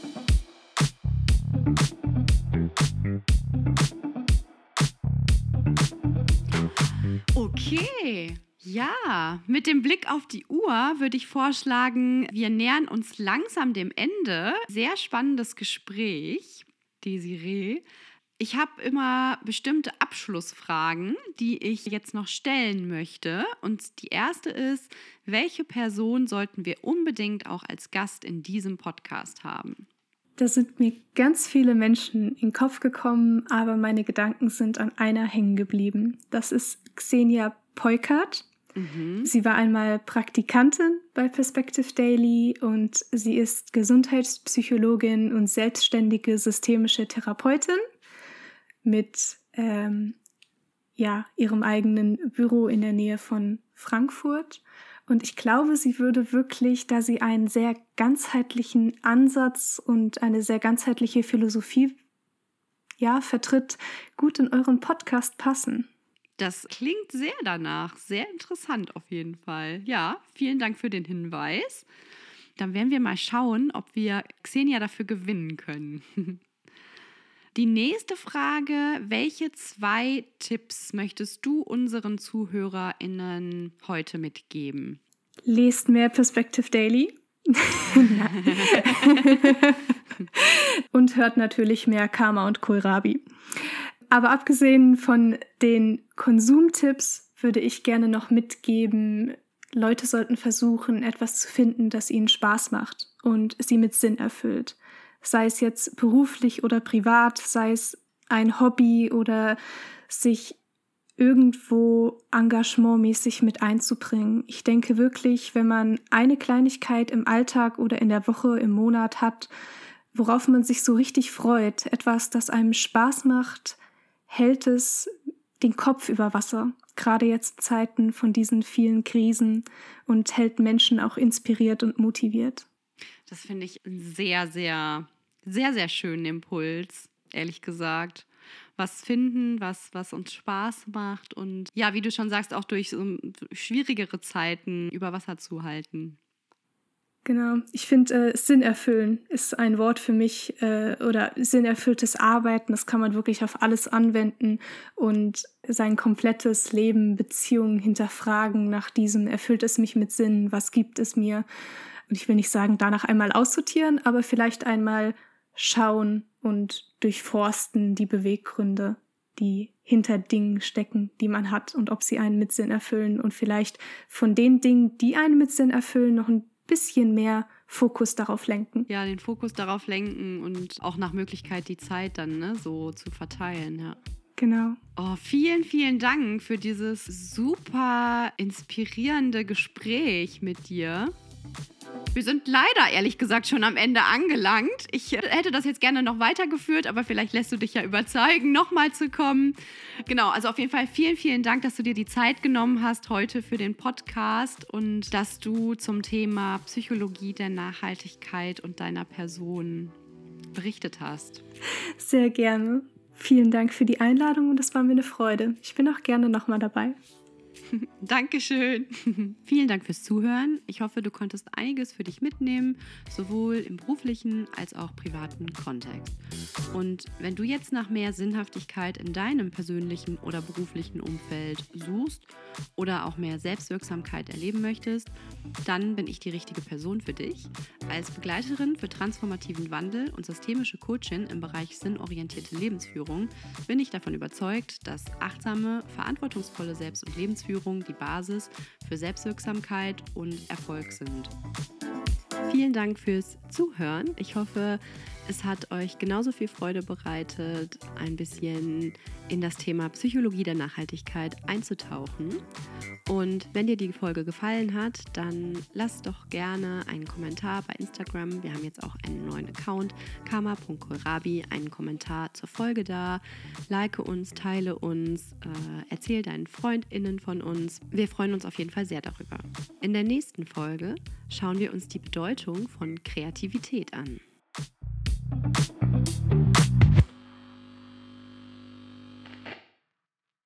Okay, ja, mit dem Blick auf die Uhr würde ich vorschlagen, wir nähern uns langsam dem Ende. Sehr spannendes Gespräch, Desiree. Ich habe immer bestimmte Abschlussfragen, die ich jetzt noch stellen möchte. Und die erste ist, welche Person sollten wir unbedingt auch als Gast in diesem Podcast haben? Da sind mir ganz viele Menschen in den Kopf gekommen, aber meine Gedanken sind an einer hängen geblieben. Das ist Xenia Peukert. Sie war einmal Praktikantin bei Perspective Daily und sie ist Gesundheitspsychologin und selbstständige systemische Therapeutin mit ihrem eigenen Büro in der Nähe von Frankfurt. Und ich glaube, sie würde wirklich, da sie einen sehr ganzheitlichen Ansatz und eine sehr ganzheitliche Philosophie vertritt, gut in euren Podcast passen. Das klingt sehr danach. Sehr interessant auf jeden Fall. Ja, vielen Dank für den Hinweis. Dann werden wir mal schauen, ob wir Xenia dafür gewinnen können. Die nächste Frage, welche 2 Tipps möchtest du unseren ZuhörerInnen heute mitgeben? Lest mehr Perspective Daily. Und hört natürlich mehr Karma und Kohlrabi. Aber abgesehen von den Konsumtipps würde ich gerne noch mitgeben, Leute sollten versuchen, etwas zu finden, das ihnen Spaß macht und sie mit Sinn erfüllt. Sei es jetzt beruflich oder privat, sei es ein Hobby oder sich irgendwo engagementmäßig mit einzubringen. Ich denke wirklich, wenn man eine Kleinigkeit im Alltag oder in der Woche, im Monat hat, worauf man sich so richtig freut, etwas, das einem Spaß macht, hält es den Kopf über Wasser. Gerade jetzt Zeiten von diesen vielen Krisen und hält Menschen auch inspiriert und motiviert. Das finde ich einen sehr, sehr, sehr, sehr schönen Impuls, ehrlich gesagt. Was finden, was uns Spaß macht und ja, wie du schon sagst, auch durch so schwierigere Zeiten über Wasser zu halten. Genau, ich finde, Sinn erfüllen ist ein Wort für mich oder sinnerfülltes Arbeiten, das kann man wirklich auf alles anwenden und sein komplettes Leben, Beziehungen hinterfragen nach diesem, erfüllt es mich mit Sinn, was gibt es mir? Und ich will nicht sagen, danach einmal aussortieren, aber vielleicht einmal schauen und durchforsten die Beweggründe, die hinter Dingen stecken, die man hat und ob sie einen mit Sinn erfüllen und vielleicht von den Dingen, die einen mit Sinn erfüllen, noch ein bisschen mehr Fokus darauf lenken. Ja, den Fokus darauf lenken und auch nach Möglichkeit die Zeit dann so zu verteilen, ja. Genau. Oh, vielen, vielen Dank für dieses super inspirierende Gespräch mit dir. Wir sind leider, ehrlich gesagt, schon am Ende angelangt. Ich hätte das jetzt gerne noch weitergeführt, aber vielleicht lässt du dich ja überzeugen, nochmal zu kommen. Genau, also auf jeden Fall vielen, vielen Dank, dass du dir die Zeit genommen hast heute für den Podcast und dass du zum Thema Psychologie der Nachhaltigkeit und deiner Person berichtet hast. Sehr gerne. Vielen Dank für die Einladung und es war mir eine Freude. Ich bin auch gerne nochmal dabei. Dankeschön. Vielen Dank fürs Zuhören. Ich hoffe, du konntest einiges für dich mitnehmen, sowohl im beruflichen als auch privaten Kontext. Und wenn du jetzt nach mehr Sinnhaftigkeit in deinem persönlichen oder beruflichen Umfeld suchst oder auch mehr Selbstwirksamkeit erleben möchtest, dann bin ich die richtige Person für dich. Als Begleiterin für transformativen Wandel und systemische Coachin im Bereich sinnorientierte Lebensführung bin ich davon überzeugt, dass achtsame, verantwortungsvolle Selbst- und Lebensführung die Basis für Selbstwirksamkeit und Erfolg sind. Vielen Dank fürs Zuhören. Ich hoffe, es hat euch genauso viel Freude bereitet, ein bisschen in das Thema Psychologie der Nachhaltigkeit einzutauchen. Und wenn dir die Folge gefallen hat, dann lasst doch gerne einen Kommentar bei Instagram. Wir haben jetzt auch einen neuen Account, karma.kohlrabi, einen Kommentar zur Folge da. Like uns, teile uns, erzähl deinen FreundInnen von uns. Wir freuen uns auf jeden Fall sehr darüber. In der nächsten Folge schauen wir uns die Bedeutung von Kreativität an.